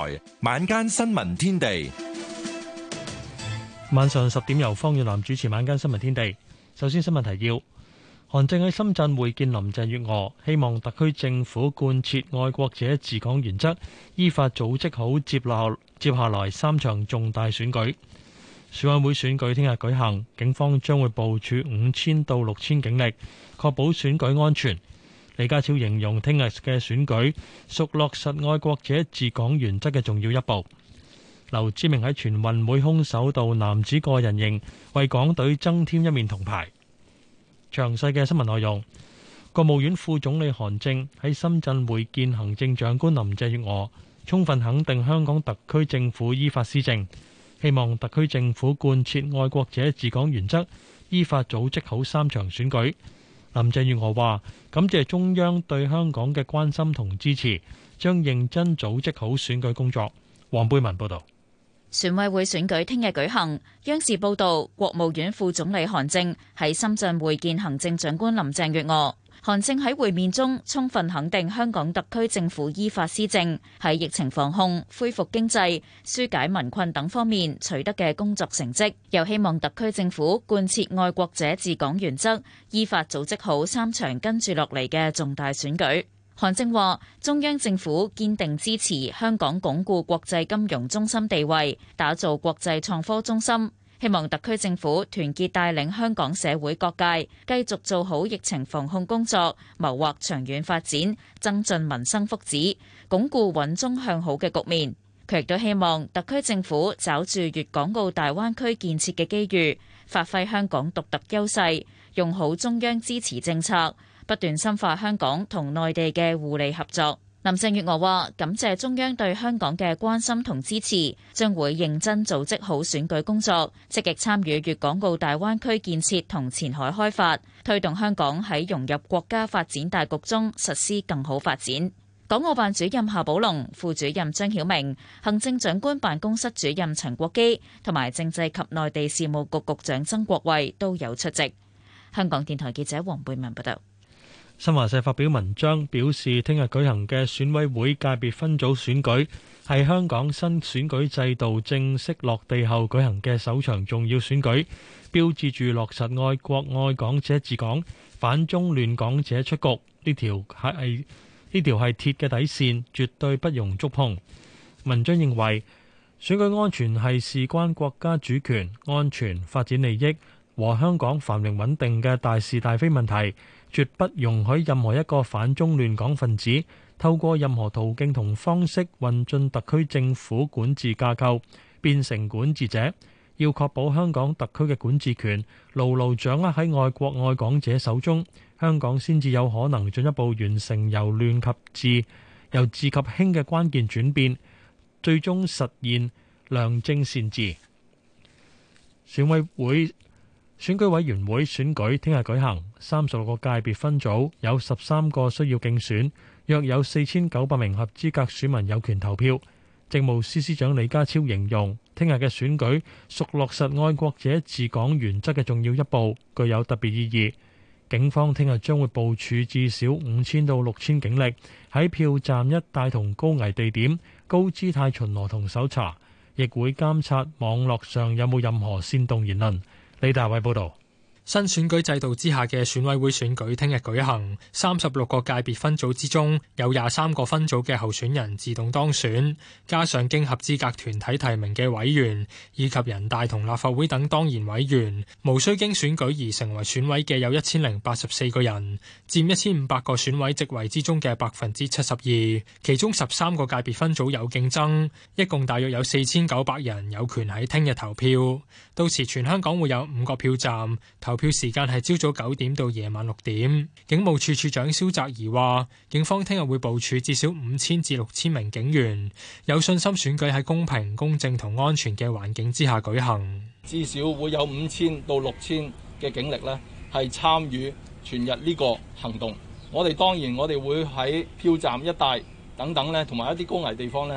台晚間新聞天地， 晚上10點由方遠南主持晚間新聞天地。首先新聞提要：韓正喺深圳會見林鄭月娥，希望特區政府貫徹愛國者治港原則，依法組織好接下來3場重大選舉。選委會選舉聽日舉行，警方將會部署5000到6000警力，確保選舉安全。李家超形容聽日嘅選舉屬落實愛國者治港原則嘅重要一步。劉志明喺全運會空手道男子個人型為港隊增添1面銅牌。詳細嘅新聞內容，國務院副總理韓正喺深圳會見行政長官林鄭月娥，充分肯定香港特區政府依法施政，希望特區政府貫徹愛國者治港原則，依法組織好3場選舉。林鄭月娥話：感謝中央對香港嘅關心同支持，將認真組織好選舉工作。黃貝文報導。 選委會選舉聽日舉行。央視報道，國務院副總理韓正喺深圳會見行政長官林鄭月娥。韓正喺會面中充分肯定香港特區政府依法施政，喺疫情防控、恢復經濟、紓解民困等方面取得嘅工作成績，又希望特區政府貫徹愛國者治港原則，依法組織好3場跟住落嚟嘅重大選舉。韓正話：中央政府堅定支持香港鞏固國際金融中心地位，打造國際創科中心。希望特區政府團結帶領香港社會各界，繼續做好疫情防控工作，謀劃長遠發展，增進民生福祉，鞏固穩中向好嘅局面。佢亦都希望特區政府抓住粵港澳大灣區建設嘅機遇，發揮香港獨特優勢，用好中央支持政策，不斷深化香港同內地嘅互利合作。林鄭月娥話：感謝中央對香港嘅關心同支持，將會認真組織好選舉工作，積極參與粵港澳大灣區建設同前海開發，推動香港喺融入國家發展大局中實施更好發展。港澳辦主任夏寶龍、副主任張曉明、行政長官辦公室主任陳國基同埋政制及內地事務局局長曾國衛都有出席。香港電台記者黃貝文報道。 新華社發表文章表示，聽日舉行嘅選委會界別分組選舉係香港新選舉制度正式落地後舉行嘅首場重要選舉，標誌住落實愛國愛港者治港、反中亂港者出局。呢條係鐵嘅底線，絕對不容觸碰。文章認為，選舉安全係事關國家主權、安全、發展利益和香港繁榮穩定嘅大是大非問題，絕不容許任何一個反中亂港分子透過任何途徑同方式混進特區政府管治架構，變成管治者。要確保香港特區嘅管治權牢牢掌握喺愛國愛港者手中，香港先至有可能進一步完成由亂及治、由治及興嘅關鍵轉變，最終實現良政善治。選舉委員會選舉聽日舉行，36個界別分組，有13個需要競選，約有4900名合資格選民有權投票。政務司司長李家超形容，聽日嘅選舉屬落實愛國者治港原則嘅重要一步，具有特別意義。警方聽日將會部署至少5000到6000警力，喺票站一帶同高危地點高姿態巡邏同搜查，亦會監察網絡上有冇任何煽動言論。李大偉報道。 新選舉制度之下嘅選委會選舉聽日舉行，36個界別分組之中，有23個分組嘅候選人自動當選，加上經合資格團體提名嘅委員，以及人大同立法會等當然委員，無需經選舉而成為選委嘅有1084個人，佔1500個選委席位之中嘅72%，其中13個界別分組有競爭，一共大約有4900人有權喺聽日投票。到時全香港會有5個票站，投票時間係朝早9點到夜晚6點。警務處處長蕭澤頤話，警方聽日會部署至少5000至6000名警員，有信心選舉喺公平、公正同安全嘅環境之下舉行。 至少會有5000到6000嘅警力呢係參與全日呢個行動。我哋當然會喺票站一帶等等呢，同埋一啲高危地方呢，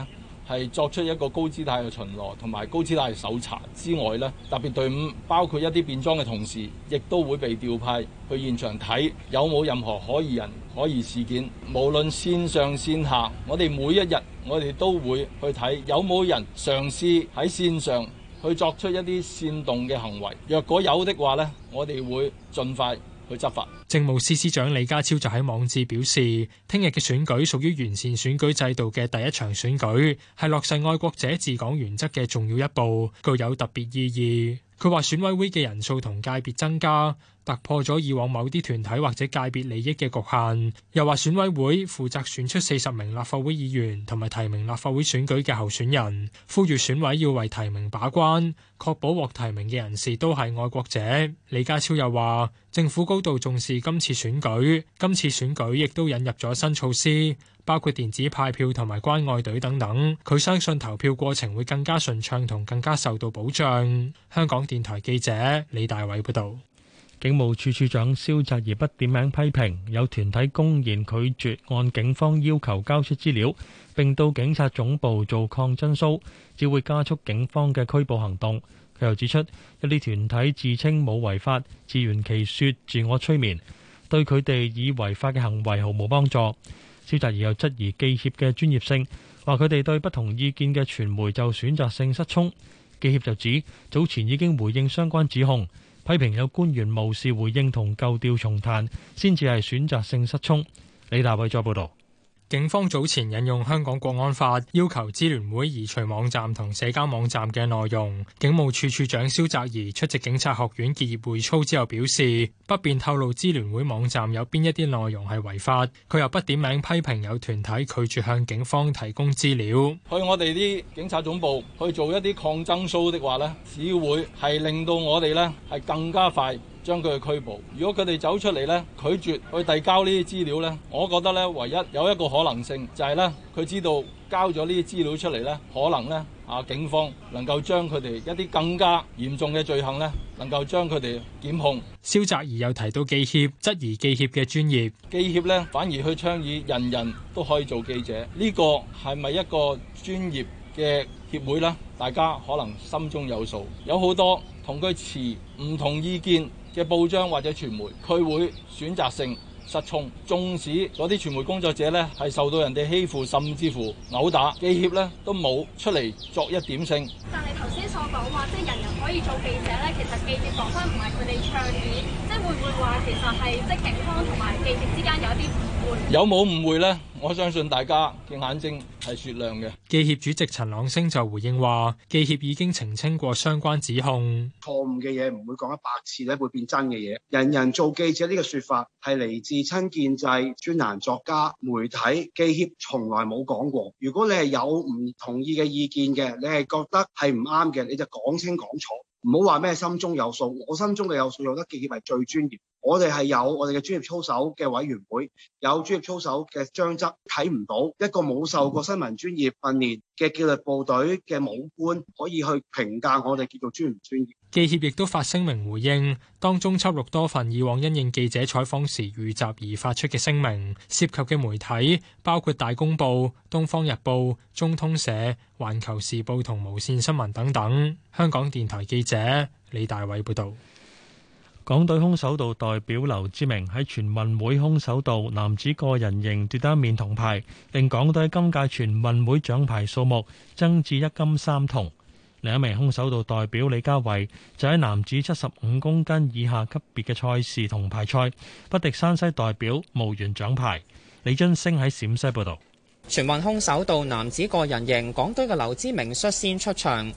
係作出一個高姿態嘅巡邏同埋高姿態嘅搜查之外呢，特別隊伍包括一啲便裝嘅同事，亦都會被調派去現場睇有冇任何可疑人、可疑事件。無論線上線下，我哋每一日我哋都會去睇有冇人嘗試喺線上去作出一啲煽動嘅行為。若果有的話呢，我哋會盡快去執法。 政務司司長李家超就喺網誌表示，聽日嘅選舉屬於完善選舉制度嘅第一場選舉，係落實愛國者治港原則嘅重要一步，具有特別意義。佢話選委會嘅人數同界別增加，突破咗以往某啲團體或者界別利益嘅局限。又話選委會負責選出40名立法會議員同埋提名立法會選舉嘅候選人，呼籲選委要為提名把關，確保獲提名嘅人士都係愛國者。李家超又話，政府高度重視今次選舉亦都引入咗新措施，包括電子派票同埋關愛隊等等。佢相信投票過程會更加順暢同更加受到保障。香港電台記者李大偉報導。 警務處處長蕭澤頤不點名批評有團體公然拒絕按警方要求交出資料，並到警察總部做抗爭騷，只會加速警方嘅拘捕行動。佢又指出，一啲團體自稱冇違法，自圓其說，自我催眠，對佢哋以違法嘅行為毫無幫助。蕭澤頤又質疑記協嘅專業性，話佢哋對不同意見嘅傳媒就選擇性失聰。記協就指早前已經回應相關指控，批評有官員無視回應同舊調重彈，先至係選擇性失聰。李大偉再報道。 警方早前引用香港國安法，要求支聯會移除網站同社交網站嘅內容。警務處處長蕭澤頤出席警察學院結業會操之後表示，不便透露支聯會網站有邊一啲內容係違法。佢又不點名批評有團體拒絕向警方提供資料。 去我哋啲警察總部去做一啲抗爭 show 的話呢，只會係令到我哋呢係更加快將佢拘捕。如果佢哋走出嚟呢，拒絕去遞交呢啲資料呢，我覺得呢唯一有一個可能性就係呢，佢知道交咗呢啲資料出嚟呢，可能呢警方能夠將佢哋一啲更加嚴重嘅罪行呢，能夠將佢哋檢控。 蕭澤頤又提到記協，質疑記協嘅專業。 記協呢反而去倡議人人都可以做記者，呢個係咪一個專業嘅協會呢？大家可能心中有數。有好多同佢持唔同意見嘅報章或者傳媒，佢會選擇性失聰，縱使嗰啲傳媒工作者呢係受到人哋欺負，甚至乎毆打，記協呢都冇出嚟作一點聲。 但係頭先所講話，即係人人可以做記者呢，其實記協講翻唔係佢哋倡議，即係會唔會話其實係即係警方同埋記協之間有一啲誤會？有冇誤會呢？我相信大家嘅眼睛係雪亮嘅。 記協主席陳朗昇就回應話，記協已經澄清過相關指控。 錯誤嘅嘢唔會講100次咧，會變真嘅嘢。人人做記者呢個說法係嚟自親建制、專欄作家、媒體，記協從來冇講過。如果你係有唔同意嘅意見嘅，你係覺得係唔啱嘅，你就講清講楚，唔好話咩心中有數。我心中嘅有數，我覺得記協係最專業。我哋係有我哋嘅專業操守嘅委員會，有專業操守嘅章則，睇唔到一個冇受過新聞專業訓練嘅紀律部隊嘅武官可以去評價我哋叫做專唔專業。 記協亦都發聲明回應，當中輯錄多份以往因應記者採訪時遇襲而發出嘅聲明，涉及嘅媒體包括大公報、東方日報、中通社、環球時報同無線新聞等等。香港電台記者李大偉報導。 港隊空手道代表劉之明喺全運會空手道男子個人型奪得一面銅牌，令港隊今屆全運會獎牌數目增至1金3銅。另一名空手道代表李家維就喺男子75公斤以下級別嘅賽事銅牌賽不敵山西代表，無緣獎牌。李津升喺陝西報道。 全運空手道男子個人型，港隊嘅劉之明率先出場。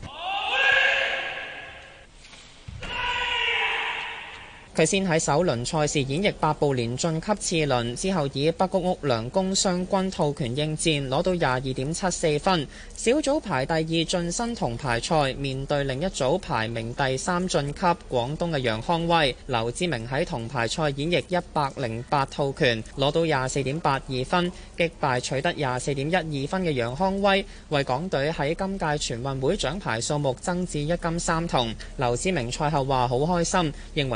佢先喺首輪賽事演繹8步連晉級次輪，之後以北谷屋梁公雙軍套拳應戰，攞到22.74分，小組排第2晉身銅牌賽，面對另一組排名第3晉級廣東嘅楊康威。劉之明喺銅牌賽演繹108套拳，攞到24.82分，擊敗取得24.12分嘅楊康威，為港隊喺今屆全運會獎牌數目增至1金3銅。劉之明賽後話好開心，認為呢塊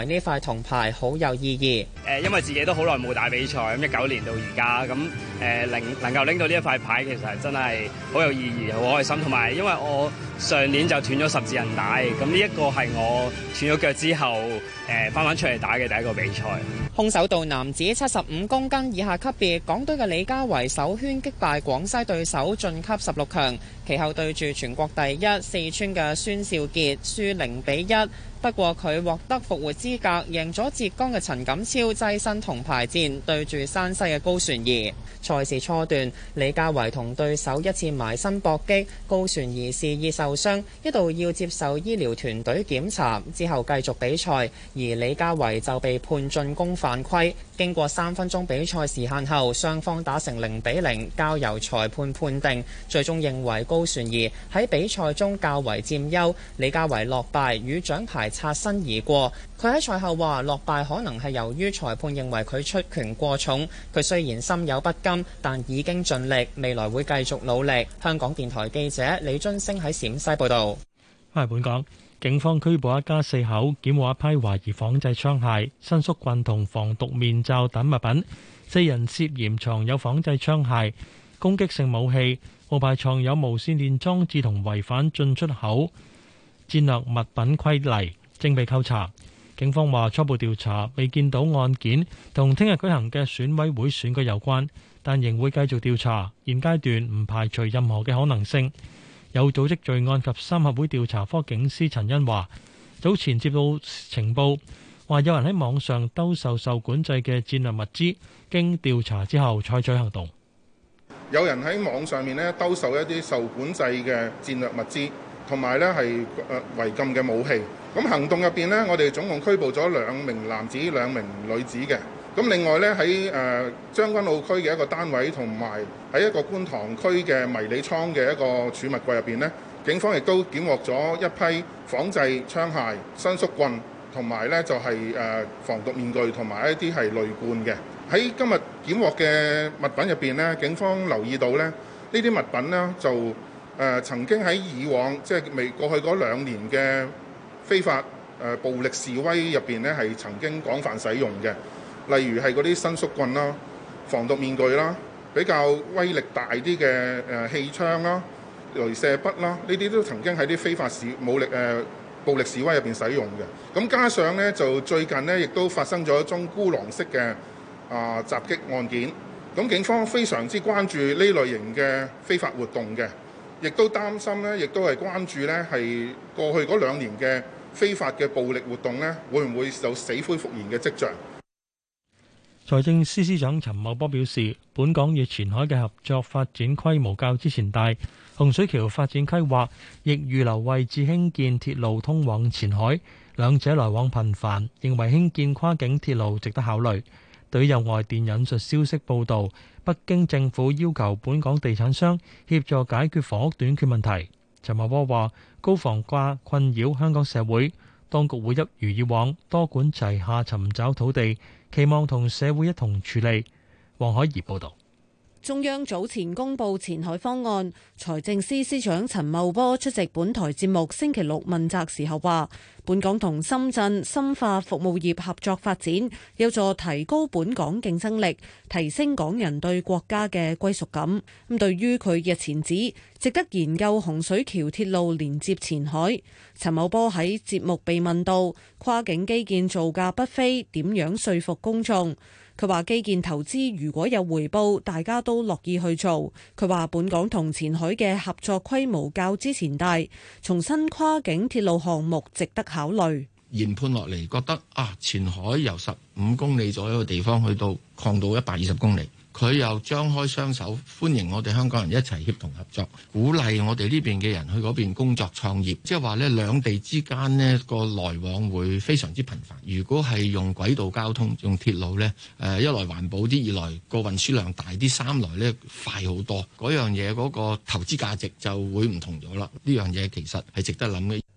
銅牌好有意義。 因為自己都好耐冇打比賽，咁19年到而家，咁能夠拎到呢一塊牌，其實真係好有意義，好開心。同埋因為我上年就斷咗十字韌帶，咁呢一個係我斷咗腳之後翻出嚟打嘅第一個比賽。 空手道男子75公斤以下級別，港隊嘅李家維首圈擊敗廣西對手晉級16強，其後對住全國第一四川嘅孫少傑輸0-1。不過佢獲得復活資格，贏咗浙江嘅陳錦超，躋身銅牌戰，對住山西嘅高璇儀。賽事初段，李家維同對手一次埋身搏擊，高璇儀示意受傷，一度要接受醫療團隊檢查，之後繼續比賽，而李家維就被判進攻犯規。經過3分鐘比賽時限後，雙方打成0-0，交由裁判判定，最終認為高璇儀喺比賽中較為佔優，李家維落敗，與獎牌擦身而過。佢喺賽後話落敗可能係由於裁判認為佢出拳過重，佢雖然心有不甘，但已經盡力，未來會繼續努力。香港電台記者李津星喺陝西報道。 翻嚟本港，警方拘捕一家4口，檢獲一批懷疑仿製槍械、伸縮棍同防毒面罩等物品。4人涉嫌藏有仿製槍械、攻擊性武器、無牌藏有無線電裝置同違反進出口戰略物品規例，正被扣查。警方話初步調查未見到案件同聽日舉行嘅選委會選舉有關，但仍會繼續調查，現階段唔排除任何嘅可能性。有組織罪案及三合會調查科警司陳恩華早前接到情報，話有人喺網上兜售受管制嘅戰略物資，經調查之後採取行動。 有人喺網上面咧兜售一啲受管制嘅戰略物資，同埋咧係違禁嘅武器。咁行動入邊呢，我哋總共拘捕咗2名男子、2名女子嘅。咁另外咧喺將軍澳區嘅一個單位，同埋喺一個觀塘區嘅迷你倉嘅一個儲物櫃入邊呢，警方亦都檢獲咗一批仿製槍械、伸縮棍，同埋咧就係防毒面具同埋一啲係濾罐嘅。喺今日檢獲嘅物品入邊呢，警方留意到咧呢啲物品呢，就曾經喺以往即係未過去嗰2年嘅非法暴力示威入邊呢，係曾經廣泛使用嘅。例如係嗰啲伸縮棍啦、防毒面具啦、比較威力大啲嘅氣槍啦、雷射筆啦，呢啲都曾經喺啲非法暴力示威入邊使用嘅。咁加上呢，就最近呢，亦都發生咗一宗孤狼式嘅襲擊案件。咁警方非常之關注呢類型嘅非法活動嘅，亦都擔心呢，亦都係關注呢，係過去嗰2年嘅非法嘅暴力活動呢，會唔會有死灰復燃嘅跡象？ 財政司司長陳茂波表示，本港與前海嘅合作發展規模較之前大，洪水橋發展規劃亦預留位置興建鐵路通往前海，兩者來往頻繁，認為興建跨境鐵路值得考慮。對於有外電引述消息報導，北京政府要求本港地產商協助解決房屋短缺問題，陳茂波話：高房價困擾香港社會，當局會一如以往多管齊下尋找土地，期望同社會一同處理。黃海怡報導。 中央早前公布前海方案，財政司司長陳茂波出席本台節目星期六問責時候話，本港同深圳深化服務業合作發展，有助提高本港競爭力，提升港人對國家嘅歸屬感。咁對於佢日前指值得研究洪水橋鐵路連接前海，陳茂波喺節目被問到跨境基建造價不菲，點樣說服公眾？佢話基建投資如果有回報，大家都樂意去做。佢話本港同前海嘅合作規模較之前大，重新跨境鐵路項目值得考慮。 研判落嚟覺得前海由15公里左右嘅地方去到擴到120公里。佢又張開雙手歡迎我哋香港人一齊協同合作，鼓勵我哋呢邊嘅人去嗰邊工作創業，即係話呢兩地之間呢個來往會非常之頻繁。如果係用軌道交通、用鐵路呢，一來環保啲，二來個運輸量大啲，三來呢快好多。嗰樣嘢嗰個投資價值就會唔同咗啦。呢樣嘢其實係值得諗嘅。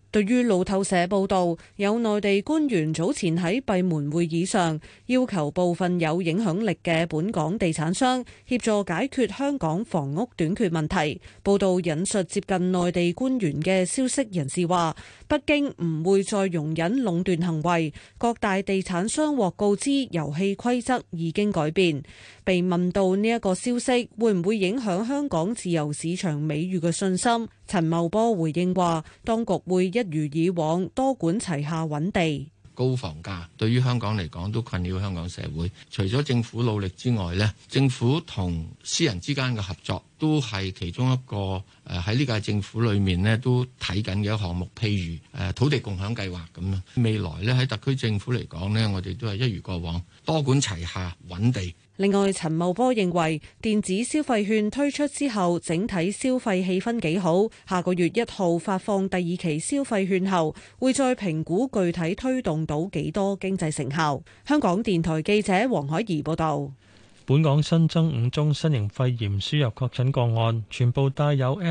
對於路透社報導，有內地官員早前喺閉門會議上要求部分有影響力嘅本港地產商協助解決香港房屋短缺問題。報導引述接近內地官員嘅消息人士話，北京唔會再容忍壟斷行為，各大地產商獲告知遊戲規則已經改變。被問到呢一個消息會唔會影響香港自由市場美譽嘅信心，陳茂波回應話，當局會一如以往多管齊下揾地。 高房價對於香港嚟講都困擾香港社會，除咗政府努力之外呢，政府同私人之間嘅合作都係其中一個喺呢屆政府裏面呢都睇緊嘅一個項目，譬如土地共享計劃咁樣。未來呢，喺特區政府嚟講呢，我哋都係一如過往多管齊下揾地。 另外，陳茂波認為電子消費券推出之後，整體消費氣氛幾好。下個月1號發放第2期消費券後，會再評估具體推動到幾多經濟成效。香港電台記者黃海怡報導。 本港新增5宗新型肺炎輸入確診個案，全部帶有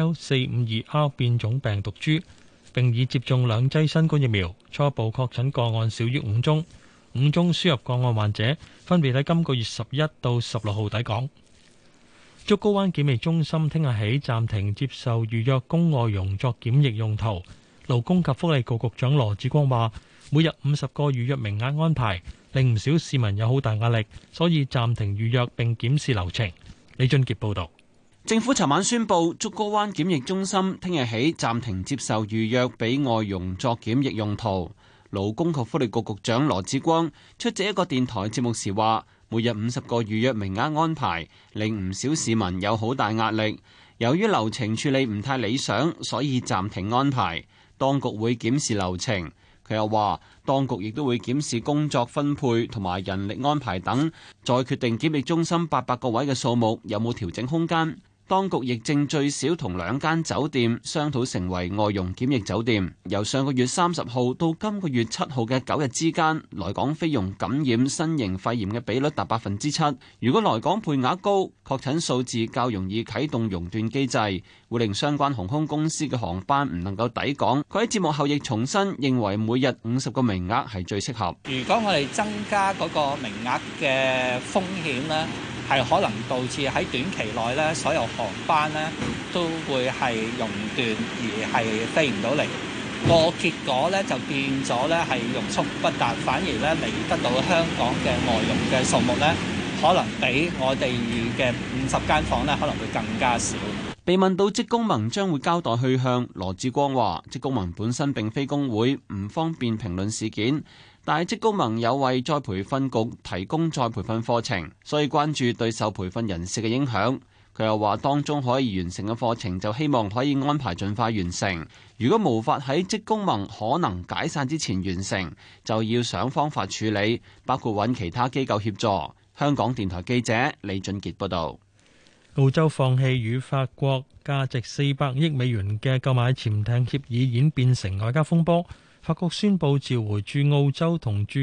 L452R 變種病毒株，並已接種2劑新冠疫苗。初步確診個案少於5宗。5宗輸入個案患者分別喺今個月11到16號抵港。竹篙灣檢疫中心聽日起暫停接受預約供外傭作檢疫用途。勞工及福利局局長羅致光話，每日50個預約名額安排令唔少市民有好大壓力，所以暫停預約並檢視流程。李俊傑報導。 政府尋晚宣布，竹篙灣檢疫中心聽日起暫停接受預約俾外傭作檢疫用途。勞工及福利局局長羅致光出席一個電台節目時話，每日50個預約名額安排令唔少市民有好大壓力，由於流程處理唔太理想，所以暫停安排。當局會檢視流程。佢又話，當局亦都會檢視工作分配同埋人力安排等，再決定檢疫中心800個位嘅數目有冇調整空間。當局亦正最少同2間酒店商討成為外傭檢疫酒店。由上個月30號到今個月7號嘅9日之間，來港菲傭感染新型肺炎嘅比率達7%。如果來港配額高，確診數字較容易啟動熔斷機制，會令相關航空公司嘅航班唔能夠抵港。佢喺節目後亦重申，認為每日50個名額係最適合。 如果我哋增加嗰個名額嘅風險呢，係可能導致喺短期內咧，所有航班咧都會係熔斷而係飛唔到嚟。個結果咧就變咗咧係欲速不達，反而咧嚟得到香港嘅外傭嘅數目咧，可能比我哋預嘅50間房咧可能會更加少。 被問到職工盟將會交代去向，羅致光話：職工盟本身並非工會，唔方便評論事件。但係職工盟有為再培訓局提供再培訓課程，所以關注對受培訓人士嘅影響。佢又話，當中可以完成嘅課程就希望可以安排盡快完成。如果無法喺職工盟可能解散之前完成，就要想方法處理，包括揾其他機構協助。香港電台記者李俊傑報導。 澳洲放棄與法國價值400億美元嘅購買潛艇協議演變成外交風波。法國宣布召回駐澳洲同駐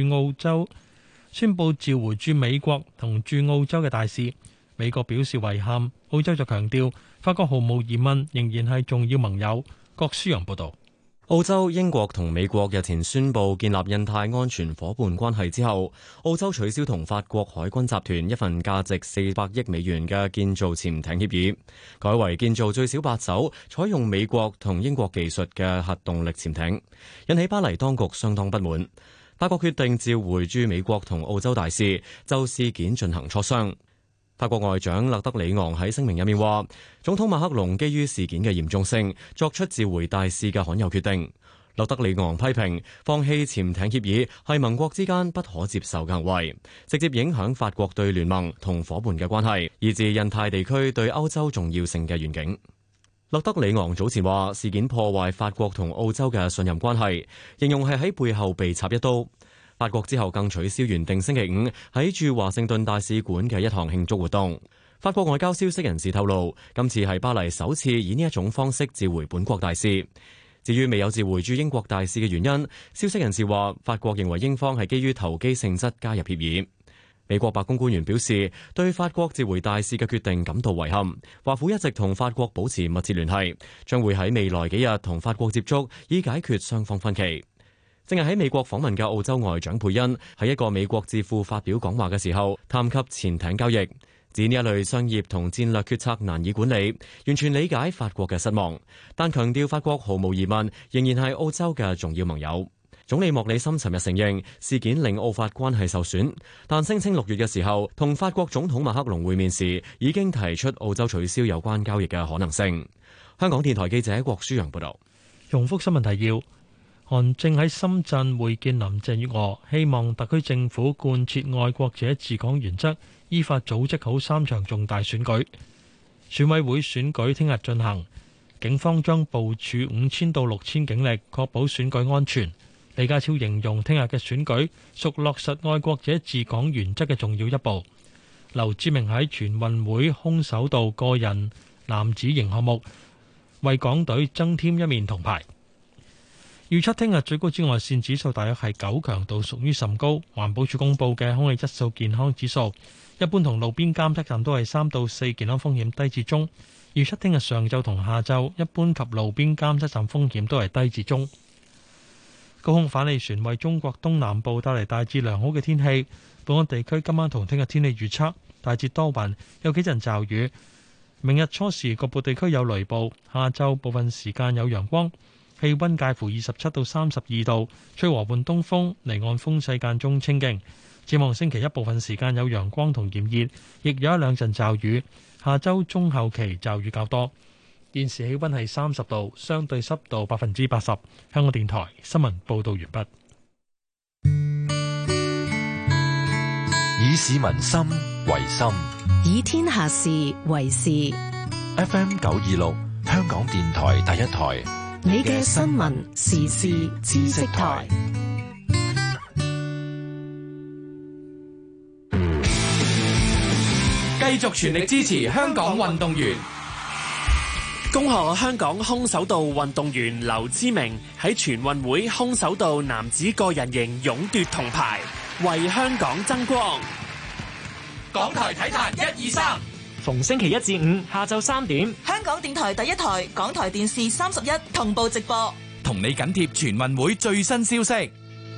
美國同駐澳洲嘅大使。美國表示遺憾，澳洲就強調法國毫無疑問仍然係重要盟友。郭舒陽報導。 澳洲、英國同美國日前宣布建立印太安全夥伴關係之後，澳洲取消同法國海軍集團一份價值400億美元嘅建造潛艇協議，改為建造最少8艘採用美國同英國技術嘅核動力潛艇，引起巴黎當局相當不滿。法國決定召回駐美國同澳洲大使，就事件進行磋商。法國外長勒德里昂喺聲明入面話，總統馬克龍基於事件嘅嚴重性，作出召回大使嘅罕有決定。勒德里昂批評放棄潛艇協議係盟國之間不可接受嘅行為，直接影響法國對聯盟同夥伴嘅關係，以至印太地區對歐洲重要性嘅願景。勒德里昂早前話事件破壞法國同澳洲嘅信任關係，形容係喺背後被插一刀。法國之後更取消原定星期5喺駐華盛頓大使館嘅一項慶祝活動。法國外交消息人士透露，今次係巴黎首次以呢一種方式召回本國大使。至於未有召回駐英國大使嘅原因，消息人士話法國認為英方係基於投機性質加入協議。 美國白宮官員表示，對法國召回大使嘅決定感到遺憾，華府一直同法國保持密切聯繫，將會喺未來幾日同法國接觸，以解決雙方分歧。正係喺美國訪問嘅澳洲外長佩恩喺一個美國智庫發表講話嘅時候，談及潛艇交易，指呢一類商業同戰略決策難以管理，完全理解法國嘅失望，但強調法國毫無疑問仍然係澳洲嘅重要盟友。總理莫里森尋日承認事件令澳法關係受損，但聲稱6月嘅時候同法國總統馬克龍會面時已經提出澳洲取消有關交易嘅可能性。香港電台記者郭舒揚報道。 重複新聞提要。韓正喺深圳會見林鄭月娥，希望特區政府貫徹愛國者治港原則，依法組織好3場重大選舉。選委會選舉聽日進行，警方將部署5000到6000警力，確保選舉安全。李家超形容聽日嘅選舉屬落實愛國者治港原則嘅重要一步。劉志明喺全運會空手道個人男子型項目為港隊增添1面銅牌。預測聽日最高紫外線指數大約係9，強度屬於甚高。環保署公布嘅空氣質素健康指數，一般同路邊監測站都係3到4，健康風險低至中。預測聽日上晝同下晝，一般及路邊監測站風險都係低至中。高空反氣旋為中國東南部帶嚟大致良好嘅天氣。本港地區今晚同聽日天氣預測大致多雲，有幾陣驟雨。明日初時局部地區有雷暴，下晝部分時間有陽光。氣溫介乎27到32度，吹和緩東風，離岸風勢間中清勁。展望星期一部分時間有陽光同炎熱，亦有一兩陣驟雨。下周中後期驟雨較多。現時氣溫係30度，相對濕度80%。香港電台新聞報道完畢。 以市民心為心， 以天下事為事。 FM 926，香港電台第一台。 你嘅新聞時事知識台， 繼續全力支持香港運動員。恭賀香港空手道運動員劉之明喺全運會空手道男子個人型勇奪銅牌，為香港爭光。 港台體壇1、2、3。 逢星期一至五下晝3點， 香港電台第一台、港台電視31同步直播， 同你緊貼全運會最新消息，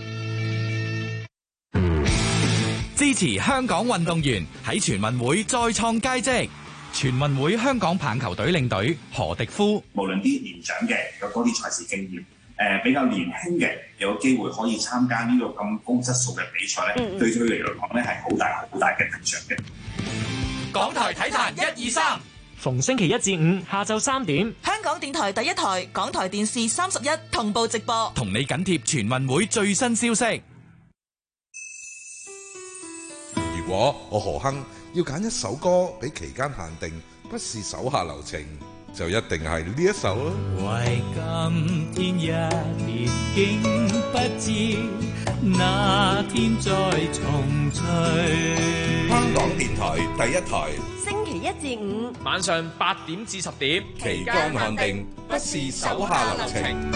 支持香港運動員喺全運會再創佳績。全運會香港棒球隊領隊何迪夫， 無論啲年長嘅有多啲賽事經驗，比較年輕嘅有機會可以參加呢個咁高質素嘅比賽咧，對佢哋嚟講咧係好大嘅提升嘅。 港台體壇1、2、3， 逢星期一至五下晝3點， 香港電台第一台、港台電視31同步直播， 同你緊貼全運會最新消息。 如果我何亨要揀一首歌俾期間限定，不是手下留情，就一定係呢一首啦。 為今天一別竟不知那天再重聚。 香港電台第一台， 星期一至五晚上8點至10點， 期間限定，不是手下留情。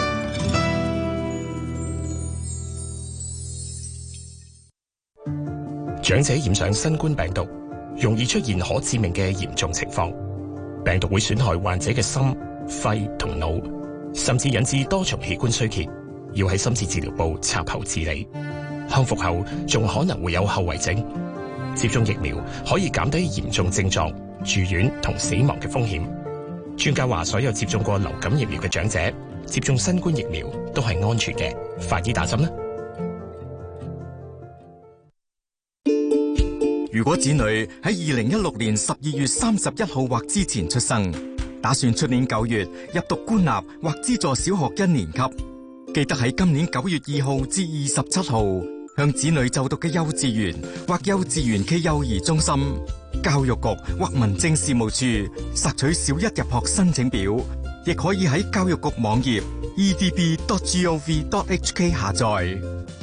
長者染上新冠病毒，容易出現可致命嘅嚴重情況。病毒會損害患者嘅心、肺同腦，甚至引致多重器官衰竭，要喺深切治療部插喉治理。康復後仲可能會有後遺症。接種疫苗可以減低嚴重症狀、住院同死亡嘅風險。專家話，所有接種過流感疫苗嘅長者接種新冠疫苗都係安全嘅。快啲打針啦！ 如果子女喺2016年12月31號或之前出生，打算出年9月入讀官立或資助小學1年級，記得喺今年9月2號至27號向子女就讀嘅幼稚園或幼稚園暨幼兒中心、教育局或民政事務處索取小一入學申請表，亦可以喺教育局網頁 edb.gov.hk 下載。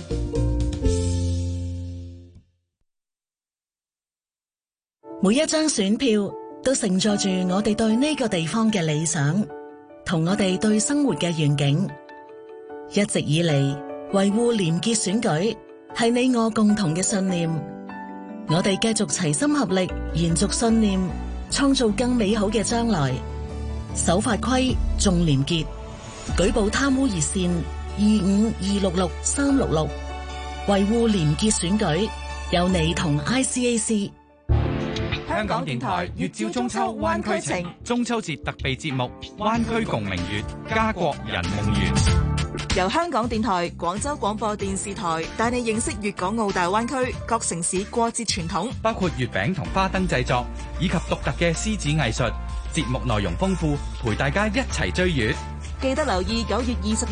每一張選票都承載住我哋對呢個地方嘅理想，同我哋對生活嘅願景。一直以嚟，維護廉潔選舉係你我共同嘅信念。 我哋繼續齊心合力，延續信念，創造更美好嘅將來。守法規，重廉潔，舉報貪污熱線25266366，維護廉潔選舉，有你同 ICAC。 香港電台月照中秋灣區情，中秋節特備節目《灣區共明月》，家國人夢圓。 由香港電台、廣州廣播電視台帶你認識粵港澳大灣區各城市過節傳統， 包括月餅同花燈製作，以及獨特嘅獅子藝術。節目內容豐富，陪大家一齊追月。 記得留意9月20